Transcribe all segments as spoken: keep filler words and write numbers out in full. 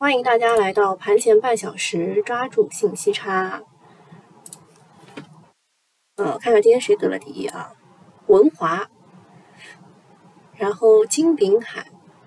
欢迎大家来到盘前半小时，抓住信息差。呃，看看今天谁得了第一啊？文华，然后金炳海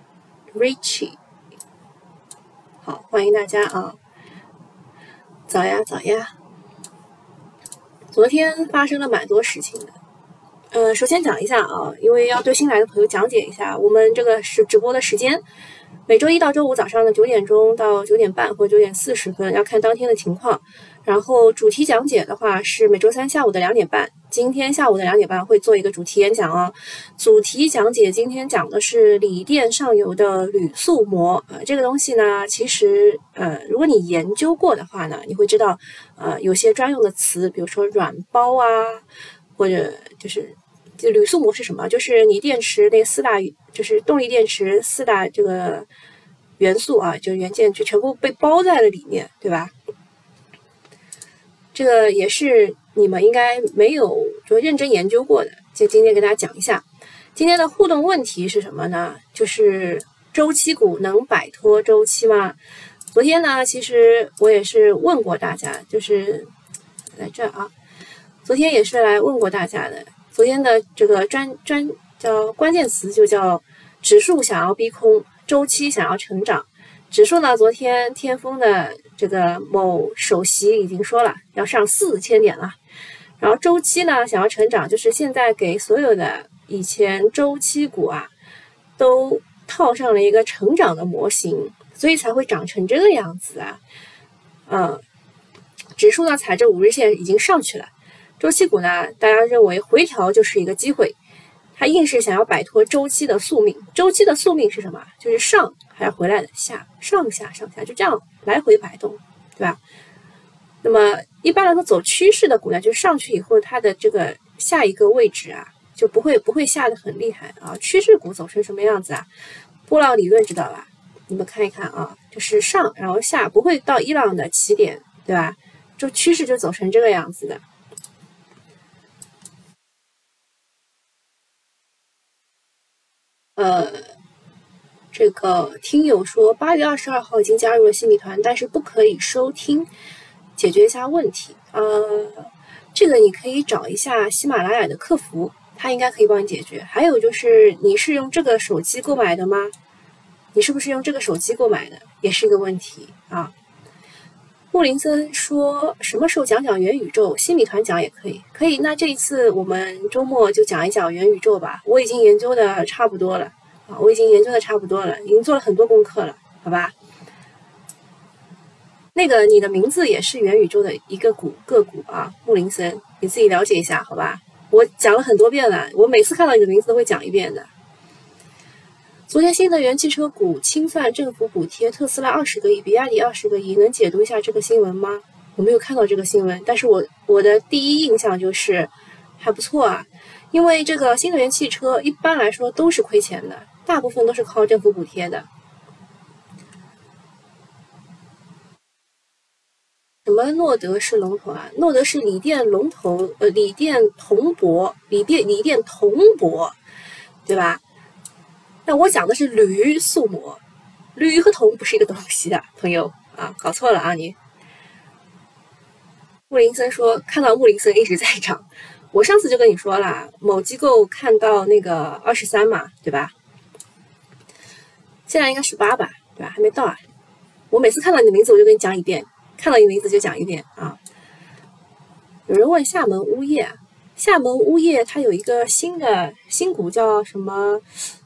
，Richie， 好，欢迎大家啊！早呀早呀！昨天发生了蛮多事情的。呃，首先讲一下啊，因为要对新来的朋友讲解一下，我们这个是直播的时间。每周一到周五早上的九点钟到九点半或九点四十分，要看当天的情况。然后主题讲解的话是每周三下午的两点半，今天下午的两点半会做一个主题演讲啊。主题讲解今天讲的是锂电上游的铝塑膜啊、呃，这个东西呢，其实呃，如果你研究过的话呢，你会知道呃有些专用的词，比如说软包啊，或者就是就铝塑膜是什么？就是你电池那四大，就是动力电池四大这个元素啊，就元件就全部被包在了里面，对吧？这个也是你们应该没有就认真研究过的，就今天给大家讲一下。今天的互动问题是什么呢？就是周期股能摆脱周期吗？昨天呢，其实我也是问过大家，就是在这啊，昨天也是来问过大家的。昨天的这个专专叫关键词就叫指数想要逼空，周期想要成长。指数呢，昨天天风的这个某首席已经说了要上四千点了，然后周期呢想要成长，就是现在给所有的以前周期股啊都套上了一个成长的模型，所以才会长成这个样子啊。嗯，指数呢踩着五日线已经上去了，周期股呢大家认为回调就是一个机会，它硬是想要摆脱周期的宿命。周期的宿命是什么？就是上还要回来的下，上下上下就这样来回摆动，对吧？那么一般来说走趋势的股呢，就是上去以后它的这个下一个位置啊就不会不会下得很厉害啊。趋势股走成什么样子啊？波浪理论知道吧？你们看一看啊，就是上然后下，不会到伊朗的起点，对吧？就趋势就走成这个样子的。呃，这个听友说八月二十二号已经加入了新米团，但是不可以收听，解决一下问题。呃，这个你可以找一下喜马拉雅的客服，他应该可以帮你解决。还有就是你是用这个手机购买的吗？你是不是用这个手机购买的，也是一个问题啊。穆林森说什么时候讲讲元宇宙？新米团讲也可以，可以。那这一次我们周末就讲一讲元宇宙吧。我已经研究的差不多了啊，我已经研究的差不多了，已经做了很多功课了，好吧？那个你的名字也是元宇宙的一个股个股啊，穆林森，你自己了解一下，好吧？我讲了很多遍了，我每次看到你的名字都会讲一遍的。昨天新能源汽车股清算政府补贴，特斯拉二十个亿，比亚迪二十个亿，能解读一下这个新闻吗？我没有看到这个新闻，但是我我的第一印象就是还不错啊，因为这个新能源汽车一般来说都是亏钱的，大部分都是靠政府补贴的。什么诺德是龙头啊？诺德是锂电龙头，呃，锂电铜箔，锂电锂电铜箔，对吧？那我讲的是铝塑膜，铝和铜不是一个东西的，朋友啊，搞错了啊你。穆林森说看到穆林森一直在涨，我上次就跟你说了，某机构看到那个二十三嘛，对吧？现在应该十八吧，对吧？还没到啊。我每次看到你的名字我就跟你讲一遍，看到你的名字就讲一遍啊。有人问厦门钨业，厦门钨业它有一个新的新股叫什么？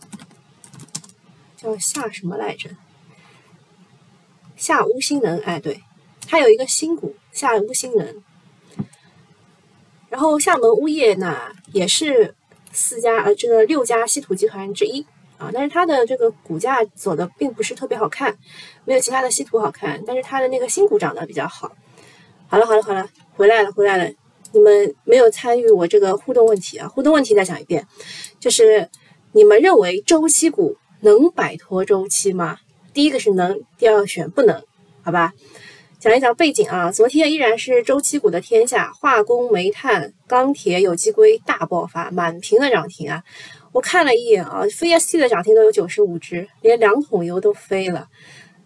叫夏什么来着？夏钨新能，哎，对，它有一个新股夏钨新能。然后厦门钨业呢，也是四家呃这个六家稀土集团之一啊，但是它的这个股价走的并不是特别好看，没有其他的稀土好看，但是它的那个新股涨得比较好。好了好了好了，回来了回来了，你们没有参与我这个互动问题啊，互动问题再讲一遍，就是你们认为周期股能摆脱周期吗？第一个是能，第二个选不能，好吧？讲一讲背景啊，昨天依然是周期股的天下，化工、煤炭、钢铁、有机硅大爆发，满屏的涨停啊！我看了一眼啊，非 S T 的涨停都有九十五只，连两桶油都飞了。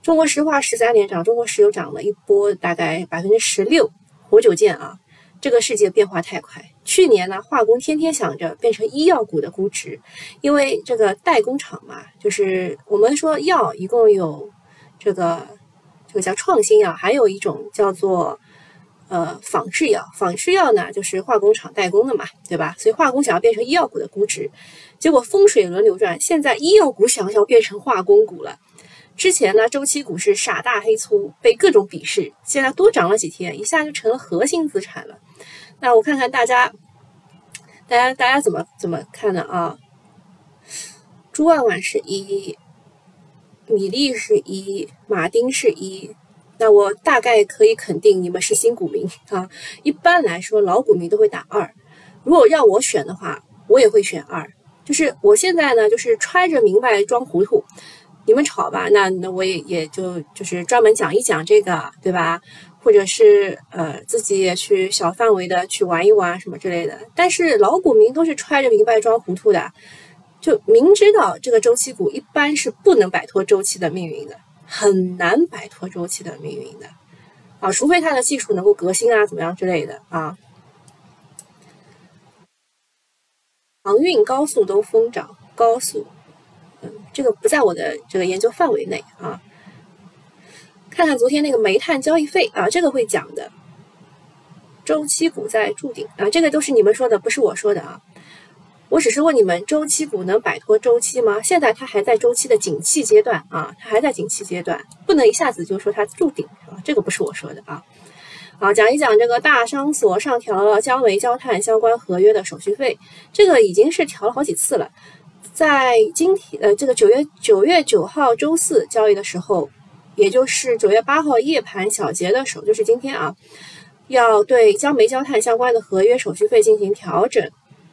中国石化十三连涨，中国石油涨了一波，大概百分之十六。活久见啊，这个世界变化太快。去年呢，化工天天想着变成医药股的估值，因为这个代工厂嘛，就是我们说药一共有这个这个叫创新药，还有一种叫做呃仿制药。仿制药呢，就是化工厂代工的嘛，对吧？所以化工想要变成医药股的估值，结果风水轮流转，现在医药股想要变成化工股了。之前呢，周期股是傻大黑粗，被各种鄙视，现在多涨了几天，一下就成了核心资产了。那我看看大家，大家大家怎么怎么看呢啊？朱万万是一，米粒是一，马丁是一，那我大概可以肯定你们是新股民啊。一般来说，老股民都会打二。如果让我选的话，我也会选二。就是我现在呢，就是揣着明白装糊涂。你们吵吧，那那我也也就就是专门讲一讲这个，对吧？或者是呃自己也去小范围的去玩一玩什么之类的。但是老股民都是揣着明白装糊涂的，就明知道这个周期股一般是不能摆脱周期的命运的，很难摆脱周期的命运的啊，除非它的技术能够革新啊，怎么样之类的啊。航运、高速都疯涨，高速。嗯，这个不在我的这个研究范围内啊。看看昨天那个煤炭交易费啊，这个会讲的。周期股在筑顶啊，这个都是你们说的，不是我说的啊。我只是问你们，周期股能摆脱周期吗？现在它还在周期的景气阶段啊，它还在景气阶段，不能一下子就说它筑顶啊，这个不是我说的啊。好，讲一讲这个大商所上调了焦煤、焦炭相关合约的手续费，这个已经是调了好几次了。在今天呃这个九月九月九号周四交易的时候，也就是九月八号夜盘小结的时候，就是今天啊，要对焦煤焦炭相关的合约手续费进行调整。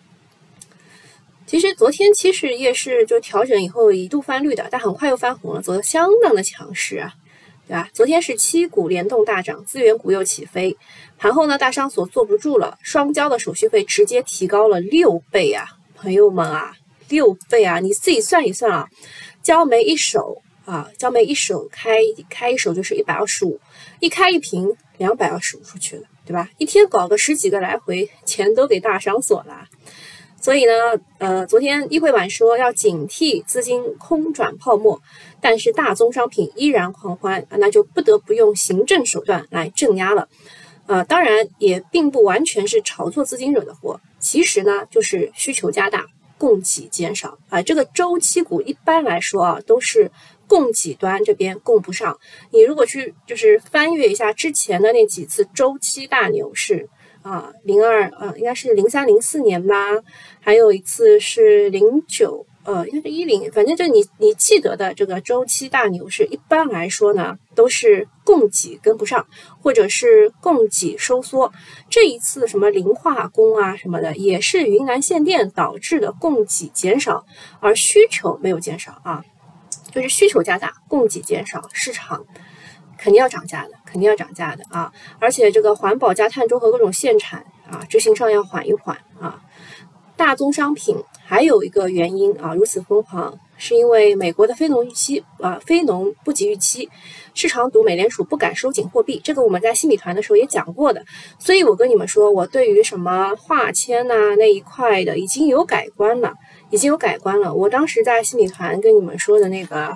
其实昨天期市夜市就调整以后一度翻绿的，但很快又翻红了，走得相当的强势啊，对吧？昨天是七股联动大涨，资源股又起飞，盘后呢大商所坐不住了，双焦的手续费直接提高了六倍啊，朋友们啊！六倍啊！你自己算一算啊，焦煤一手啊，焦煤一手开开一手就是一百二十五，一开一瓶两百二十五出去了，对吧？一天搞个十几个来回，钱都给大商所了。所以呢，呃，昨天议会晚说要警惕资金空转泡沫，但是大宗商品依然狂欢，那就不得不用行政手段来镇压了。呃，当然也并不完全是炒作资金惹的祸，其实呢就是需求加大。供给减少啊，这个周期股一般来说啊，都是供给端这边供不上。你如果去就是翻阅一下之前的那几次周期大牛市啊，零二呃应该是零三零四年吧，还有一次是零九呃应该是一零，反正就你你记得的这个周期大牛市，一般来说呢都是供给跟不上，或者是供给收缩。这一次什么磷化工啊什么的，也是云南限电导致的供给减少，而需求没有减少啊，就是需求加大，供给减少，市场肯定要涨价的，肯定要涨价的啊！而且这个环保加碳中和各种限产啊，执行上要缓一缓啊。大宗商品还有一个原因啊，如此疯狂，是因为美国的非农预期啊，非农不及预期，市场赌美联储不敢收紧货币，这个我们在新米团的时候也讲过的。所以我跟你们说，我对于什么化纤呐、啊、那一块的已经有改观了，已经有改观了。我当时在新米团跟你们说的那个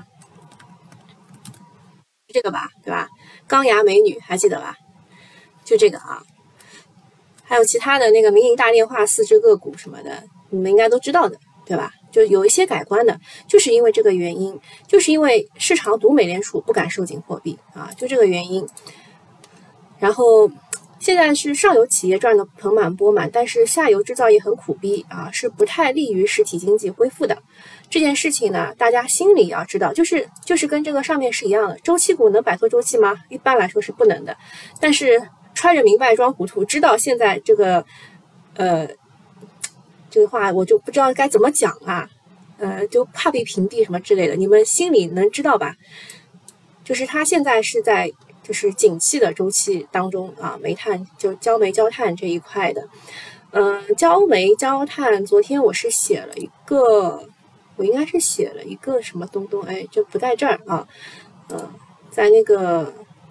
这个吧，对吧？钢牙美女还记得吧？就这个啊。还有其他的那个民营大电话四只个股什么的，你们应该都知道的，对吧？就有一些改观的，就是因为这个原因，就是因为市场赌美联储不敢收紧货币啊，就这个原因。然后现在是上游企业赚得盆满钵满，但是下游制造业很苦逼啊，是不太利于实体经济恢复的。这件事情呢，大家心里要知道，就是就是跟这个上面是一样的。周期股能摆脱周期吗？一般来说是不能的，但是揣着明白装糊涂，知道现在这个，呃，这个话我就不知道该怎么讲啊，呃，就怕被屏蔽什么之类的，你们心里能知道吧？就是它现在是在就是景气的周期当中啊，煤炭就焦煤焦炭这一块的，嗯、呃，焦煤焦炭，昨天我是写了一个，我应该是写了一个什么东东，哎，就不在这儿啊，嗯、呃。 在那个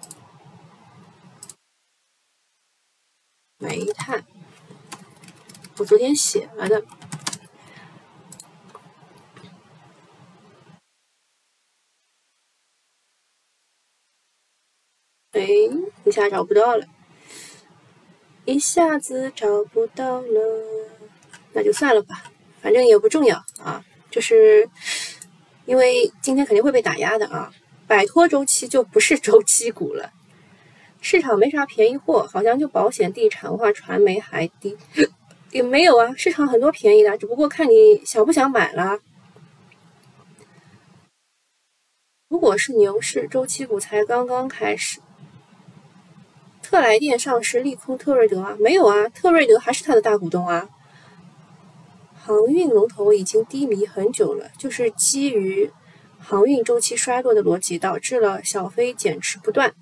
煤炭，我昨天写了的。哎，一下找不到了，一下子找不到了，那就算了吧，反正也不重要啊。就是因为今天肯定会被打压的啊，摆脱周期就不是周期股了。市场没啥便宜货，好像就保险、地产化、传媒还低，也没有啊，市场很多便宜的，只不过看你想不想买啦。如果是牛市，周期股才刚刚开始。特来电上市利空特瑞德啊？没有啊，特瑞德还是他的大股东啊。航运龙头已经低迷很久了，就是基于航运周期衰落的逻辑，导致了小飞减持不断。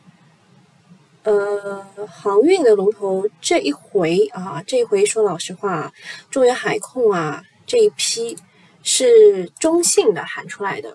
呃，航运的龙头这一回啊，这一回说老实话，中远海控啊这一批是中性的喊出来的，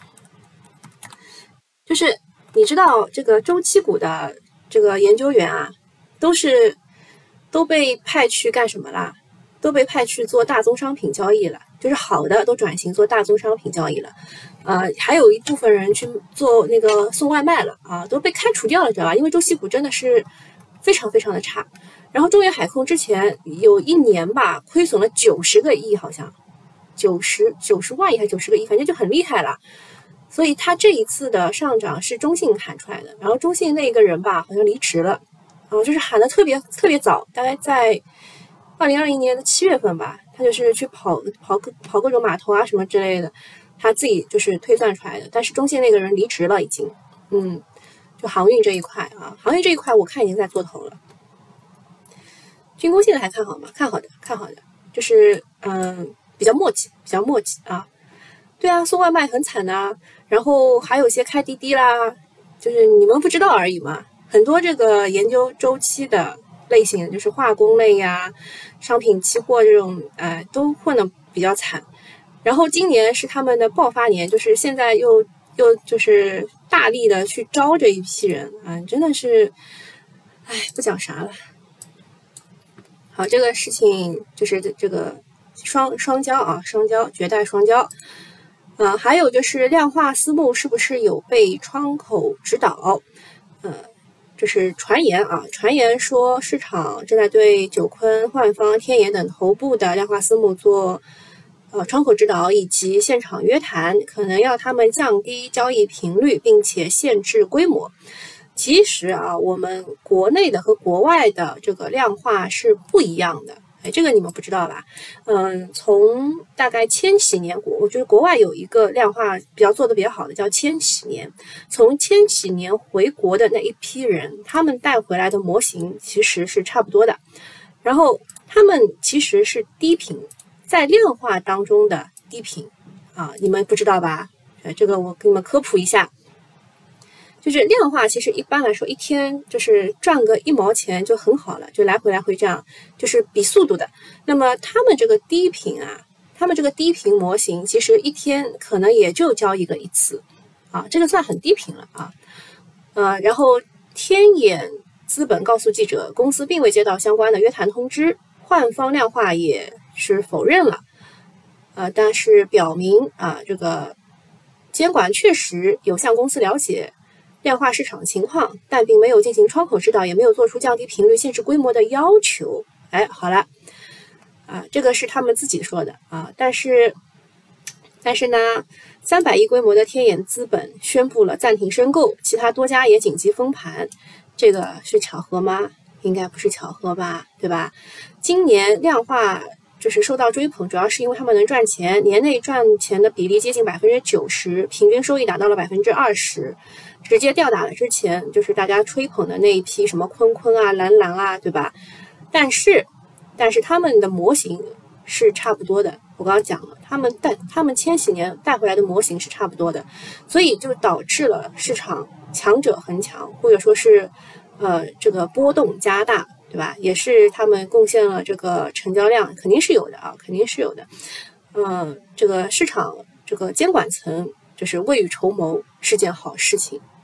就是你知道这个周期股的这个研究员啊，都是都被派去干什么啦？都被派去做大宗商品交易了，就是好的都转型做大宗商品交易了，呃，还有一部分人去做那个送外卖了啊，都被开除掉了，知道吧？因为周期股真的是非常非常的差。然后中远海控之前有一年吧，亏损了九十个亿，好像九十九十万亿还是九十个亿，反正就很厉害了。所以他这一次的上涨是中信喊出来的，然后中信那个人吧，好像离职了，啊，就是喊的特别特别早，大概在二零二零年的七月份吧，他就是去跑跑各跑各种码头啊什么之类的，他自己就是推算出来的。但是中信那个人离职了已经，嗯，就航运这一块啊，航运这一块我看已经在做头了。军工现在还看好吗？看好的，看好的，就是嗯比较默契，比较默契啊。对啊，送外卖很惨的啊，然后还有些开滴滴啦，就是你们不知道而已嘛。很多这个研究周期的类型，就是化工类呀、商品期货这种，呃，都混得比较惨。然后今年是他们的爆发年，就是现在又又就是大力的去招这一批人啊，真的是，哎，不讲啥了。好，这个事情就是这个双双焦啊，双焦绝代双焦。呃，还有就是量化私募是不是有被窗口指导？呃，这是传言啊，传言说市场正在对九醌、焕方、天眼等头部的量化私募做呃窗口指导以及现场约谈，可能要他们降低交易频率，并且限制规模。其实啊，我们国内的和国外的这个量化是不一样的。哎，这个你们不知道吧？嗯，从大概千禧年，我觉得国外有一个量化比较做的比较好的，叫千禧年。从千禧年回国的那一批人，他们带回来的模型其实是差不多的，然后他们其实是低频，在量化当中的低频啊，你们不知道吧？呃，这个我给你们科普一下。就是量化其实一般来说一天就是赚个一毛钱就很好了，就来回来回这样，就是比速度的。那么他们这个低频啊，他们这个低频模型其实一天可能也就交易个一次啊，这个算很低频了啊。呃，然后天眼资本告诉记者，公司并未接到相关的约谈通知，换方量化也是否认了。呃，但是表明啊，这个监管确实有向公司了解量化市场情况，但并没有进行窗口指导，也没有做出降低频率、限制规模的要求。哎，好了，啊，这个是他们自己说的啊。但是，但是呢，三百亿规模的天眼资本宣布了暂停申购，其他多家也紧急封盘，这个是巧合吗？应该不是巧合吧，对吧？今年量化就是受到追捧，主要是因为他们能赚钱，年内赚钱的比例接近百分之九十，平均收益达到了百分之二十。直接吊打了之前就是大家吹捧的那一批什么坤坤啊、蓝蓝啊，对吧？但是，但是他们的模型是差不多的。我刚刚讲了，他们带他们千禧年带回来的模型是差不多的，所以就导致了市场强者恒强，或者说是呃这个波动加大，对吧？也是他们贡献了这个成交量，肯定是有的啊，肯定是有的。嗯、呃，这个市场这个监管层就是未雨绸缪是件好事情。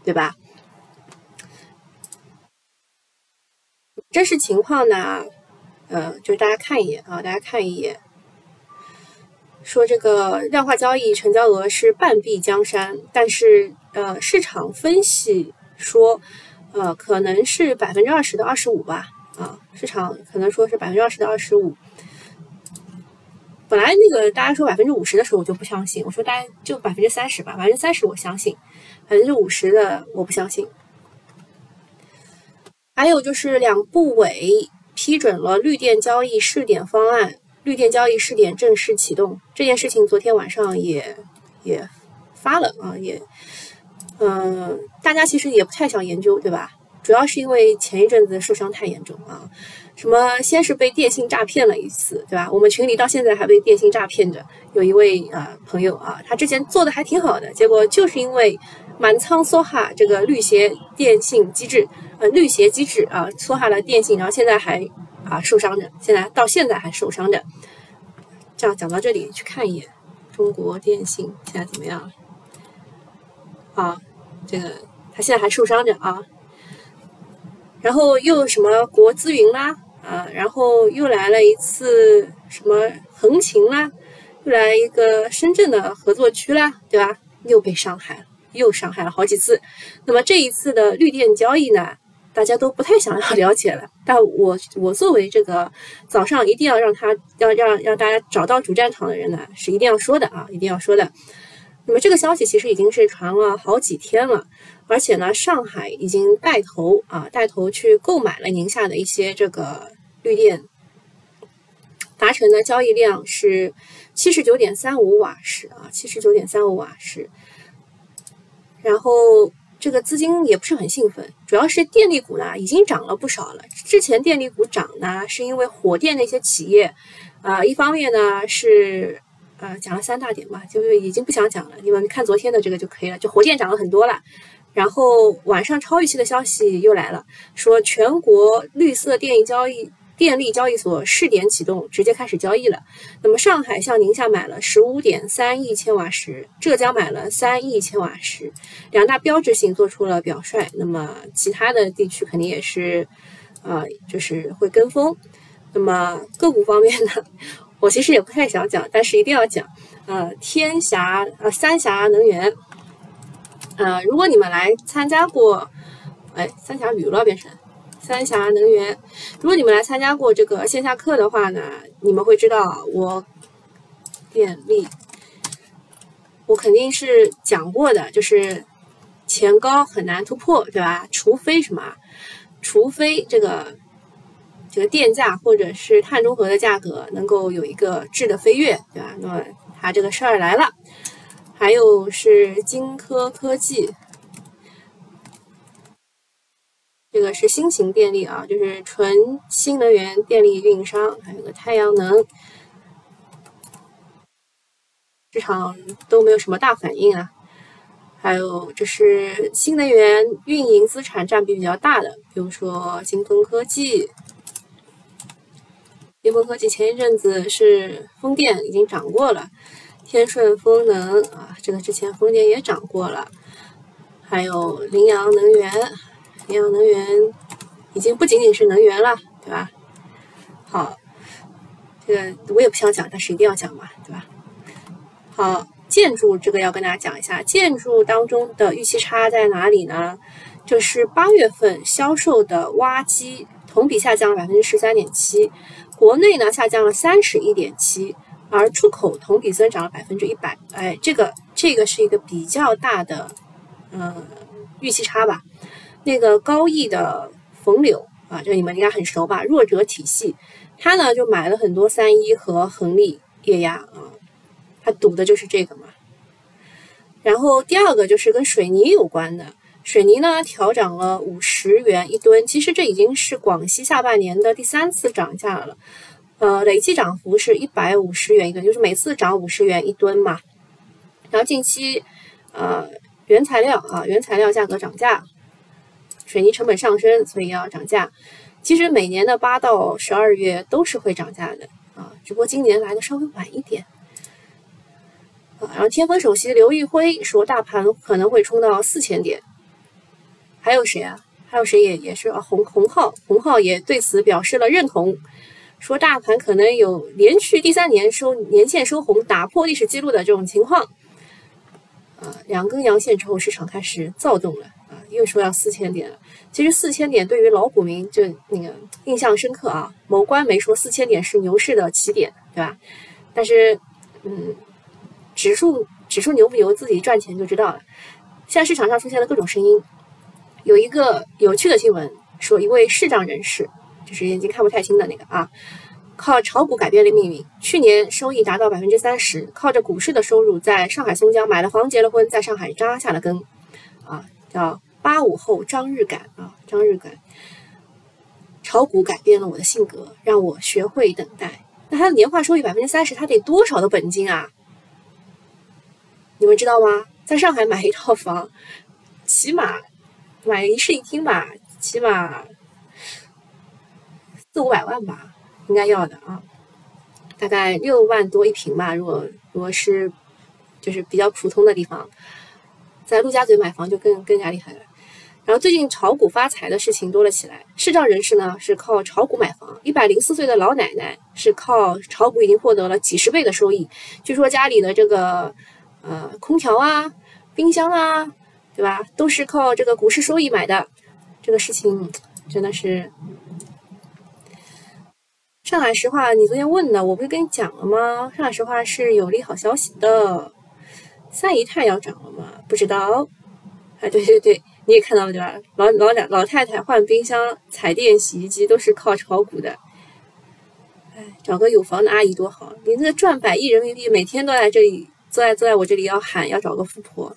对吧？真实情况呢，呃，就是大家看一眼啊，大家看一眼，说这个量化交易成交额是半壁江山，但是呃，市场分析说，呃，可能是百分之二十到二十五吧，啊，市场可能说是百分之二十到二十五。本来那个大家说百分之五十的时候我就不相信，我说大家就百分之三十吧，百分之三十我相信，百分之五十的我不相信。还有就是两部委批准了绿电交易试点方案，绿电交易试点正式启动。这件事情昨天晚上也也发了啊，也嗯、呃，大家其实也不太想研究，对吧？主要是因为前一阵子受伤太严重啊，什么先是被电信诈骗了一次，对吧？我们群里到现在还被电信诈骗着，有一位啊、呃、朋友啊，他之前做的还挺好的，结果就是因为满仓梭哈这个绿协电信机制，呃绿协机制啊梭哈了电信，然后现在还啊受伤着，现在到现在还受伤着。这样讲到这里，去看一眼中国电信现在怎么样啊？这个他现在还受伤着啊。然后又什么国资云啦啊，然后又来了一次什么横琴啦，又来一个深圳的合作区啦，对吧？又被伤害了，又伤害了好几次。那么这一次的绿电交易呢，大家都不太想要了解了。但我我作为这个早上一定要让他要让让大家找到主战场的人呢，是一定要说的啊，一定要说的。那么这个消息其实已经是传了好几天了，而且呢，上海已经带头啊带头去购买了宁夏的一些这个绿电，达成的交易量是七十九点三五瓦时啊，七十九点三五瓦时。然后这个资金也不是很兴奋，主要是电力股呢已经涨了不少了。之前电力股涨呢，是因为火电那些企业，啊、呃，一方面呢是。呃，讲了三大点吧，就是已经不想讲了，你们看昨天的这个就可以了。就火电涨了很多了，然后晚上超预期的消息又来了，说全国绿色电力交易电力交易所试点启动，直接开始交易了。那么上海向宁夏买了十五点三亿千瓦时，浙江买了三亿千瓦时，两大标志性做出了表率。那么其他的地区肯定也是，呃，就是会跟风。那么个股方面呢？我其实也不太想讲，但是一定要讲。呃，天霞呃三峡能源，呃，如果你们来参加过，哎，三峡娱乐变成三峡能源，如果你们来参加过这个线下课的话呢，你们会知道我电力，我肯定是讲过的，就是前高很难突破，对吧？除非什么？除非这个。这个电价或者是碳中和的价格能够有一个质的飞跃，对吧？那么它这个事儿来了。还有是金科科技，这个是新型电力啊，就是纯新能源电力运营商，还有个太阳能，市场都没有什么大反应啊。还有就是新能源运营资产占比比较大的，比如说金风科技。金风科技前一阵子是风电已经涨过了，天顺风能啊，这个之前风电也涨过了，还有羚羊能源，羚羊能源已经不仅仅是能源了，对吧？好，这个我也不想讲，但是一定要讲嘛，对吧？好，建筑这个要跟大家讲一下，建筑当中的预期差在哪里呢？就是八月份销售的挖机同比下降了百分之十三点七。国内呢下降了三十一点七，而出口同比增长了百分之一百。哎，这个这个是一个比较大的呃预期差吧。那个高毅的冯柳啊，这你们应该很熟吧？弱者体系，他呢就买了很多三一和恒力液压啊，他赌的就是这个嘛。然后第二个就是跟水泥有关的。水泥呢调涨了五十元一吨，其实这已经是广西下半年的第三次涨价了，呃，累计涨幅是一百五十元一吨，就是每次涨五十元一吨嘛。然后近期，呃，原材料啊，原材料价格涨价，水泥成本上升，所以要涨价。其实每年的八到十二月都是会涨价的啊，只不过今年来的稍微晚一点。啊，然后天风首席刘玉辉说，大盘可能会冲到四千点。 还有谁啊？还有谁也也是啊？红红号红号也对此表示了认同，说大盘可能有连续第三年收年线收红，打破历史记录的这种情况。啊，两根阳线之后，市场开始躁动了啊，又说要四千点了。其实四千点对于老股民就那个印象深刻啊。某官媒说四千点是牛市的起点，对吧？但是，嗯，指数指数牛不牛，自己赚钱就知道了。现在市场上出现了各种声音，有一个有趣的新闻说，一位视障人士，就是眼睛看不太清的那个啊。靠炒股改变了命运，去年收益达到百分之三十，靠着股市的收入，在上海松江买了房，结了婚，在上海扎下了根，啊，叫八五后张日感啊，张日感。炒股改变了我的性格，让我学会等待。那他的年化收益百分之三十，他得多少的本金啊？你们知道吗？在上海买一套房，起码买一室一厅吧，起码四五百万吧。应该要的啊，大概六万多一平吧。如果如果是就是比较普通的地方，在陆家嘴买房就更更加厉害了。然后最近炒股发财的事情多了起来，视障人士呢是靠炒股买房，一百零四岁的老奶奶是靠炒股已经获得了几十倍的收益。据说家里的这个呃空调啊、冰箱啊，对吧，都是靠这个股市收益买的。这个事情真的是。上海石化，你昨天问的，我不是跟你讲了吗？上海石化是有利好消息的，三姨太要涨了吗？不知道。哎，对对对，你也看到了对吧？老老两老太太换冰箱、彩电、洗衣机都是靠炒股的。哎，找个有房的阿姨多好！你这个赚百亿人民币，每天都在这里坐在坐在我这里要喊要找个富婆。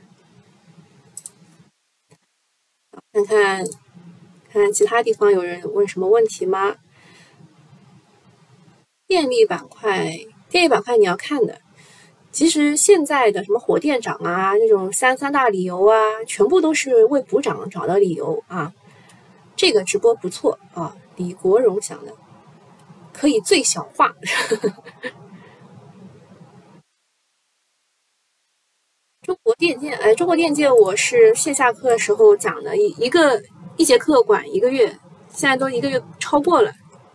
看看看其他地方有人问什么问题吗？电力板块，电力板块你要看的，其实现在的什么火电涨啊，那种三三大理由啊，全部都是为补涨找的理由啊。这个直播不错啊，李国荣想的，可以最小化。中国电建，哎，中国电建我是线下课的时候讲的，一一个一节课管一个月，现在都一个月超过了。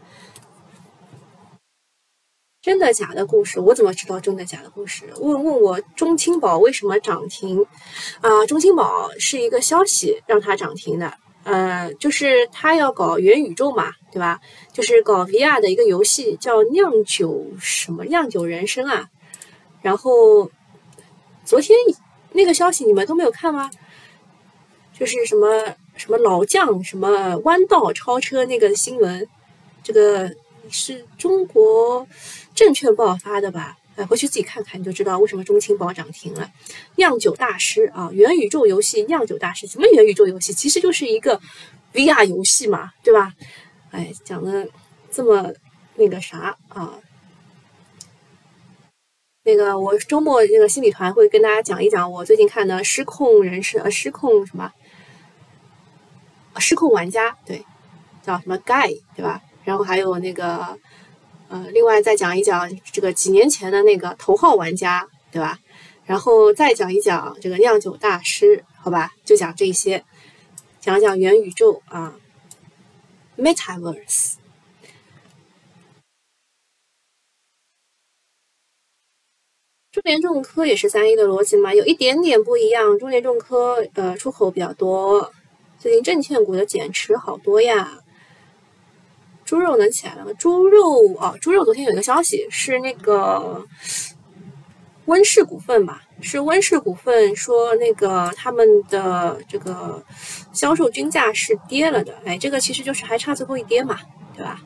真的假的故事，我怎么知道真的假的故事？问问我中青宝为什么涨停啊？中青宝是一个消息让它涨停的，呃，就是它要搞元宇宙嘛，对吧？就是搞 V R 的一个游戏，叫酿酒什么酿酒人生啊。然后昨天那个消息你们都没有看吗？就是什么什么老将什么弯道超车那个新闻，这个是中国证券报发的吧？哎，回去自己看看，你就知道为什么中青宝涨停了。酿酒大师啊，元宇宙游戏酿酒大师，什么元宇宙游戏？其实就是一个 V R 游戏嘛，对吧？哎，讲的这么那个啥啊？那个我周末这个心理团会跟大家讲一讲我最近看的失控人士呃失控什么失控玩家，对，叫什么 Guy 对吧？然后还有那个呃，另外再讲一讲这个几年前的那个头号玩家，对吧？然后再讲一讲这个酿酒大师，好吧？就讲这些，讲讲元宇宙啊 ，Metaverse。中联重科也是三一的逻辑嘛，有一点点不一样。中联重科呃出口比较多，最近证券股的减持好多呀。猪肉能起来了吗？猪肉啊，猪肉昨天有一个消息是那个温氏股份吧，是温氏股份说那个他们的这个销售均价是跌了的，哎，这个其实就是还差最后一跌嘛，对吧？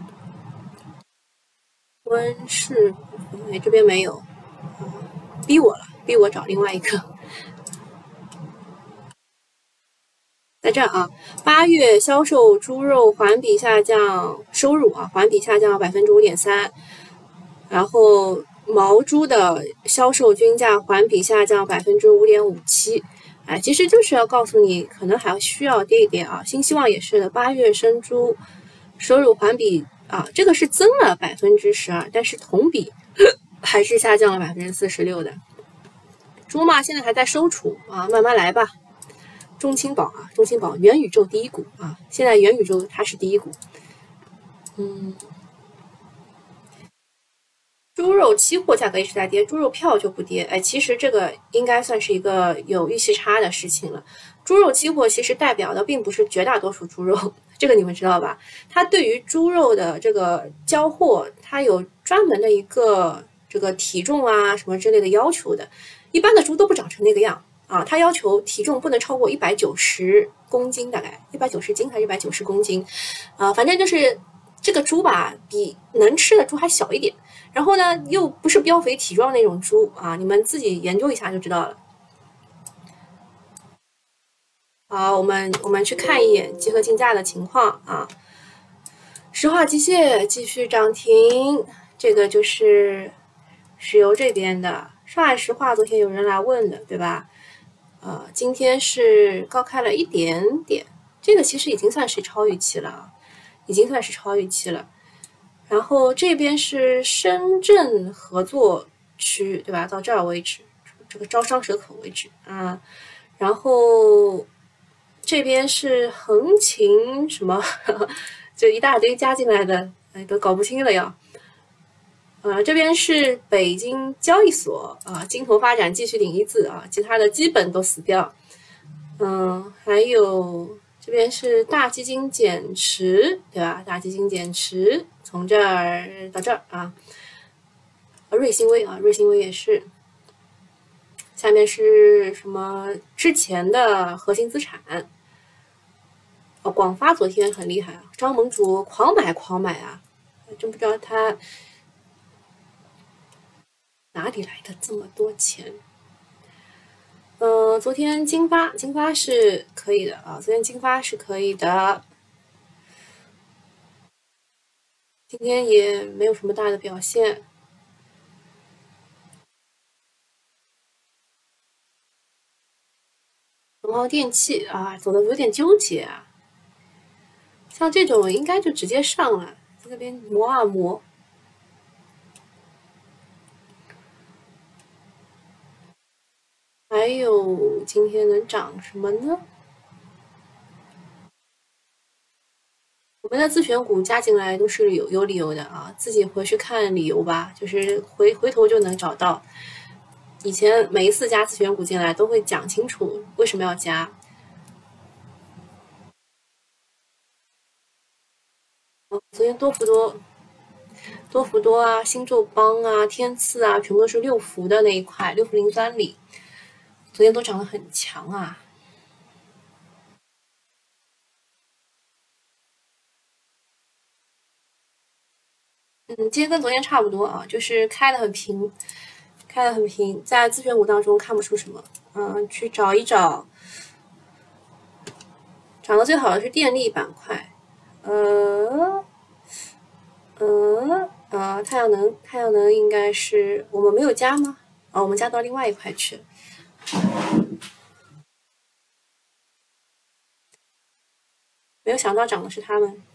温氏股份，哎，这边没有，逼我了，逼我找另外一个。在这儿啊，八月销售猪肉环比下降，收入啊环比下降百分之五点三，然后毛猪的销售均价环比下降百分之五点五七，哎，其实就是要告诉你，可能还需要跌一跌啊。新希望也是的，八月生猪收入环比啊，这个是增了百分之十二，但是同比还是下降了百分之四十六的。猪嘛，现在还在收储啊，慢慢来吧。 中青宝啊，中青宝元宇宙第一股啊，现在元宇宙它是第一股。嗯，猪肉期货价格一直在跌，猪肉票就不跌。哎，其实这个应该算是一个有预期差的事情了。猪肉期货其实代表的并不是绝大多数猪肉，这个你们知道吧？它对于猪肉的这个交货，它有专门的一个这个体重啊什么之类的要求的。一般的猪都不长成那个样啊，它要求体重不能超过一百九十公斤，大概一百九十斤还是一百九十公斤，啊，反正就是这个猪吧，比能吃的猪还小一点。然后呢，又不是膘肥体壮那种猪啊，你们自己研究一下就知道了。好，我们我们去看一眼集合竞价的情况啊。石化机械继续涨停，这个就是石油这边的。上海石化昨天有人来问的，对吧？呃，今天是高开了一点点，这个其实已经算是超预期了，已经算是超预期了。然后这边是深圳合作区，对吧？到这儿为止，这个招商蛇口为止啊。然后这边是横琴什么，就一大堆加进来的，哎，都搞不清了要。呃，这边是北京交易所啊，金投发展继续领一字啊，其他的基本都死掉。嗯，还有这边是大基金减持，对吧？大基金减持。从这儿到这儿啊，瑞星微啊，瑞星微也是。下面是什么？之前的核心资产。哦，广发昨天很厉害啊，张盟主狂买狂买啊，真不知道他哪里来的这么多钱。嗯、呃，昨天金发，金发是可以的啊，昨天金发是可以的。今天也没有什么大的表现。龙浩电器啊，走的有点纠结啊。像这种应该就直接上了，在那边磨啊磨。还有今天能涨什么呢？我们的自选股加进来都是有有理由的啊，自己回去看理由吧，就是回回头就能找到。以前每一次加自选股进来都会讲清楚为什么要加。哦，昨天多福多、多福多啊、新宙邦啊、天赐啊，全部都是六福的那一块，六福磷酸锂，昨天都涨得很强啊。嗯，今天跟昨天差不多啊，就是开的很平，开的很平，在自选股当中看不出什么。嗯，去找一找，涨得最好的是电力板块，呃，呃，呃，太阳能，太阳能应该是我们没有加吗？啊、哦，我们加到另外一块去了。没有想到涨的是他们。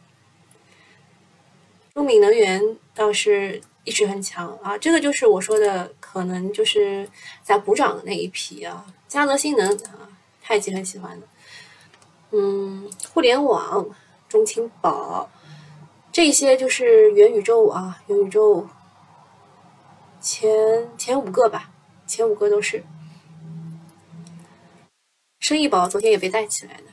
中闽能源倒是一直很强啊，这个就是我说的，可能就是在补涨的那一批啊。嘉泽新能啊，太极很喜欢的。嗯，互联网、中青宝这些就是元宇宙啊，元宇宙前前五个吧，前五个都是。生意宝昨天也被带起来的。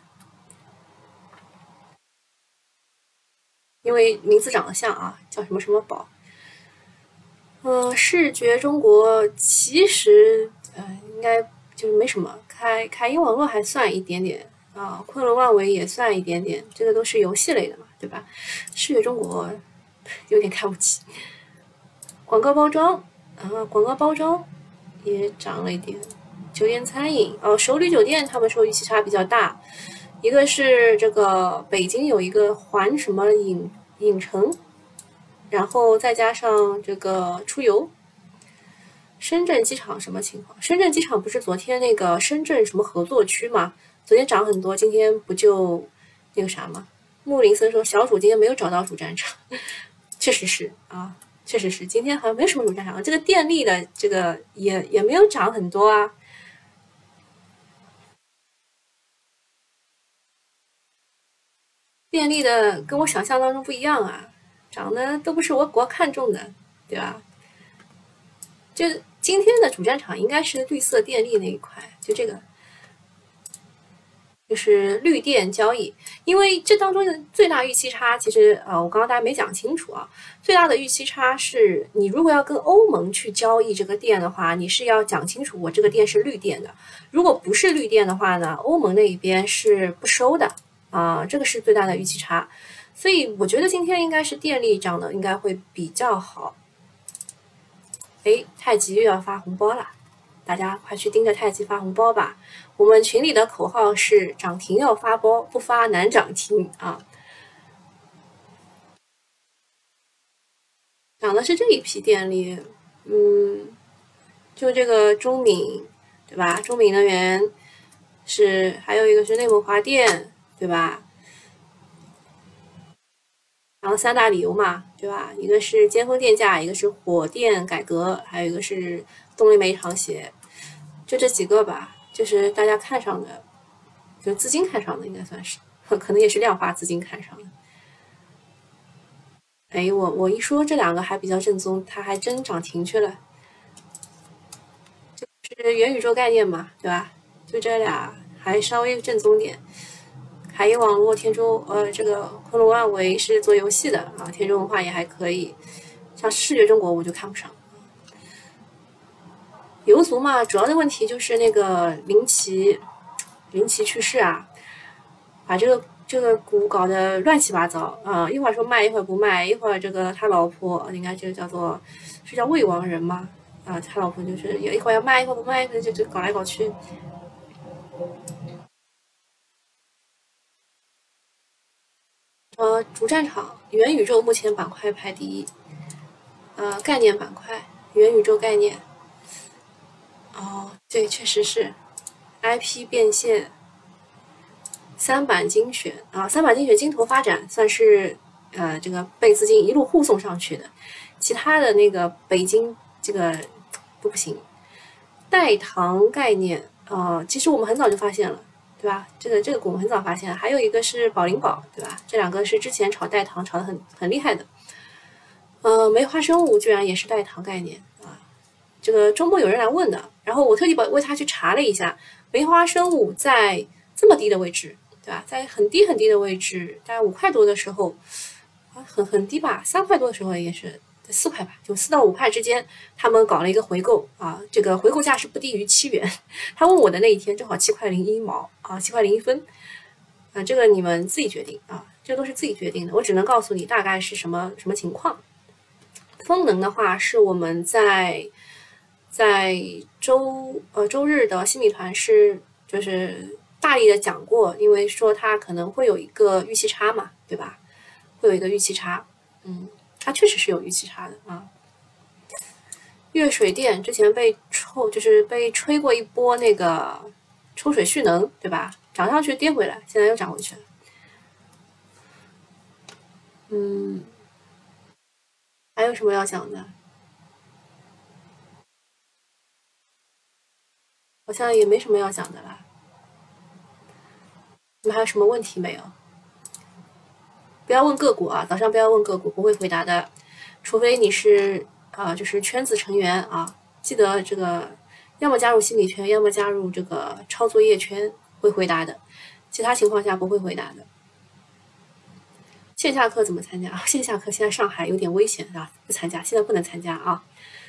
因为名字长得像啊，叫什么什么宝。嗯、呃，视觉中国其实呃应该就是没什么，开开音网络还算一点点啊，昆仑万维也算一点点，这个都是游戏类的嘛，对吧？视觉中国有点看不起。广告包装啊，广告包装也涨了一点。酒店餐饮哦，首旅酒店他们说预期差比较大。一个是这个北京有一个环什么影影城，然后再加上这个出游。深圳机场什么情况？深圳机场不是昨天那个深圳什么合作区嘛？昨天涨很多，今天不就那个啥吗？穆林森说小主今天没有找到主战场，确实是啊，确实是今天好像没有什么主战场。这个电力的这个也也没有涨很多啊。 电力的跟我想象当中不一样啊，涨的都不是我国看中的，对吧？就今天的主战场应该是绿色电力那一块，就这个。就是绿电交易，因为这当中的最大预期差，其实呃，我刚刚大家没讲清楚啊。最大的预期差是你如果要跟欧盟去交易这个电的话，你是要讲清楚我这个电是绿电的。如果不是绿电的话呢，欧盟那一边是不收的啊、呃，这个是最大的预期差。所以我觉得今天应该是电力涨的应该会比较好。哎，太极又要发红包了，大家快去盯着太极发红包吧。我们群里的口号是涨停要发包，不发难涨停啊！涨的是这一批电力，嗯，就这个中闽，对吧？中闽能源是，还有一个是内蒙华电，对吧？然后三大理由嘛，对吧？一个是尖峰电价，一个是火电改革，还有一个是动力煤长协，就这几个吧，就是大家看上的。就资金看上的应该算是，可能也是量化资金看上的。哎，我我一说这两个还比较正宗，它还真涨停去了。就是元宇宙概念嘛，对吧？就这俩还稍微正宗点。海业网络、天舟，呃，这个昆仑万维是做游戏的啊，天舟文化也还可以。像视觉中国我就看不上。游族嘛，主要的问题就是那个林奇。林奇去世啊，把这个这个股搞得乱七八糟啊、呃！一会儿说卖，一会儿不卖，一会儿这个他老婆应该就叫做是叫魏王人吗？啊、呃，他老婆就是有一会儿要卖，一会儿不卖，就就搞来搞去。呃，主战场元宇宙目前板块排第一，呃，概念板块元宇宙概念。哦，对，确实是 I P 变现。三板精选啊，三板精选金投发展算是呃这个被资金一路护送上去的，其他的那个北京这个都不行。代糖概念呃，其实我们很早就发现了，对吧？这个这个股我们很早发现了，还有一个是宝灵宝，对吧？这两个是之前炒代糖炒得很很厉害的。呃，梅花生物居然也是代糖概念啊！这个周末有人来问的，然后我特地为他去查了一下，梅花生物在这么低的位置。对吧？在很低很低的位置，大概五块多的时候，啊，很很低吧，三块多的时候也是四块吧，就四到五块之间，他们搞了一个回购啊，这个回购价是不低于七元。他问我的那一天正好七块零一毛啊，七块零一分，啊，这个你们自己决定啊，这都是自己决定的，我只能告诉你大概是什么什么情况。风能的话，是我们在在周呃周日的新米团是就是。大力的讲过，因为说它可能会有一个预期差嘛，对吧？会有一个预期差，嗯，它确实是有预期差的啊。粤水电之前被抽，就是被吹过一波那个抽水蓄能，对吧？涨上去跌回来，现在又涨回去了。嗯，还有什么要讲的？好像也没什么要讲的啦。你们还有什么问题没有？不要问个股啊，早上不要问个股，不会回答的，除非你是啊、呃，就是圈子成员啊，记得这个，要么加入心理圈，要么加入这个超作业圈，会回答的，其他情况下不会回答的。线下课怎么参加？线下课现在上海有点危险啊，不参加，现在不能参加啊。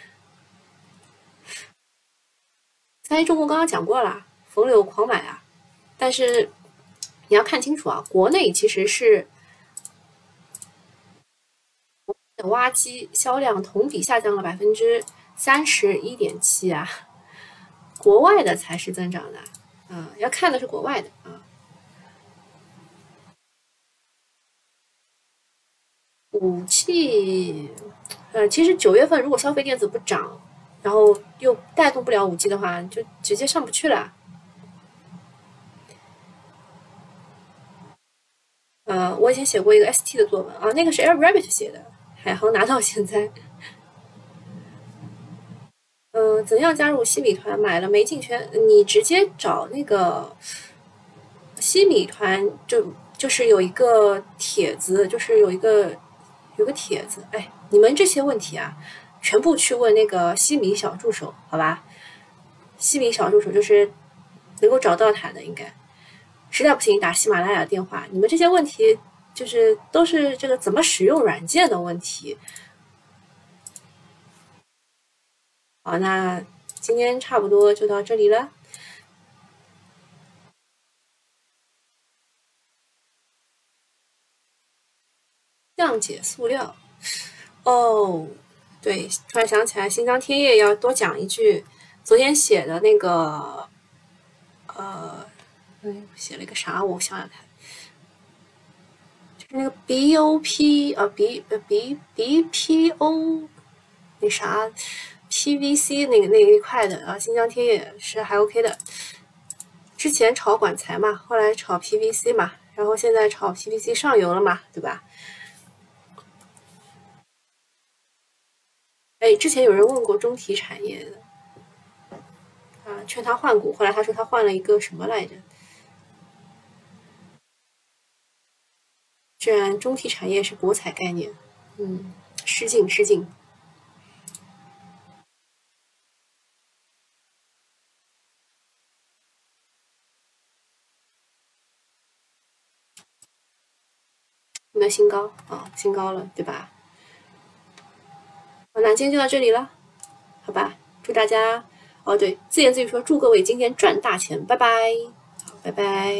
三一重工刚刚讲过了，逢柳狂买啊，但是你要看清楚啊，国内其实是。的挖机销量同比下降了百分之三十一点七啊，国外的才是增长的，啊，要看的是国外的啊。武器，呃，其实九月份如果消费电子不涨，然后又带动不了五 G 的话，就直接上不去了。呃，我以前写过一个 S T 的作文啊，那个是 AirRabbit 写的。海航拿到现在，嗯、呃，怎样加入西米团？买了没进圈，你直接找那个西米团，就就是有一个帖子，就是有一个有个帖子，哎，你们这些问题啊，全部去问那个西米小助手，好吧？西米小助手就是能够找到他的，应该实在不行打喜马拉雅电话。你们这些问题就是都是这个怎么使用软件的问题。好，那今天差不多就到这里了。降解塑料，哦，对，突然想起来，新疆天业要多讲一句，昨天写的那个，呃，写了一个啥？我想想看，就是那个 B O P 呃 B 呃 B B P O 那啥 P V C 那个那一块的啊，新疆天业是还 OK 的。之前炒管材嘛，后来炒 P V C 嘛，然后现在炒 P V C 上游了嘛，对吧？哎，之前有人问过中体产业的，啊，劝他换股，后来他说他换了一个什么来着？居然中体产业是博彩概念，嗯，失敬失敬。有没有新高啊？新高了，对吧？好，那今天就到这里了，好吧？祝大家，哦对，自言自语说祝各位今天赚大钱，拜拜，好，拜拜。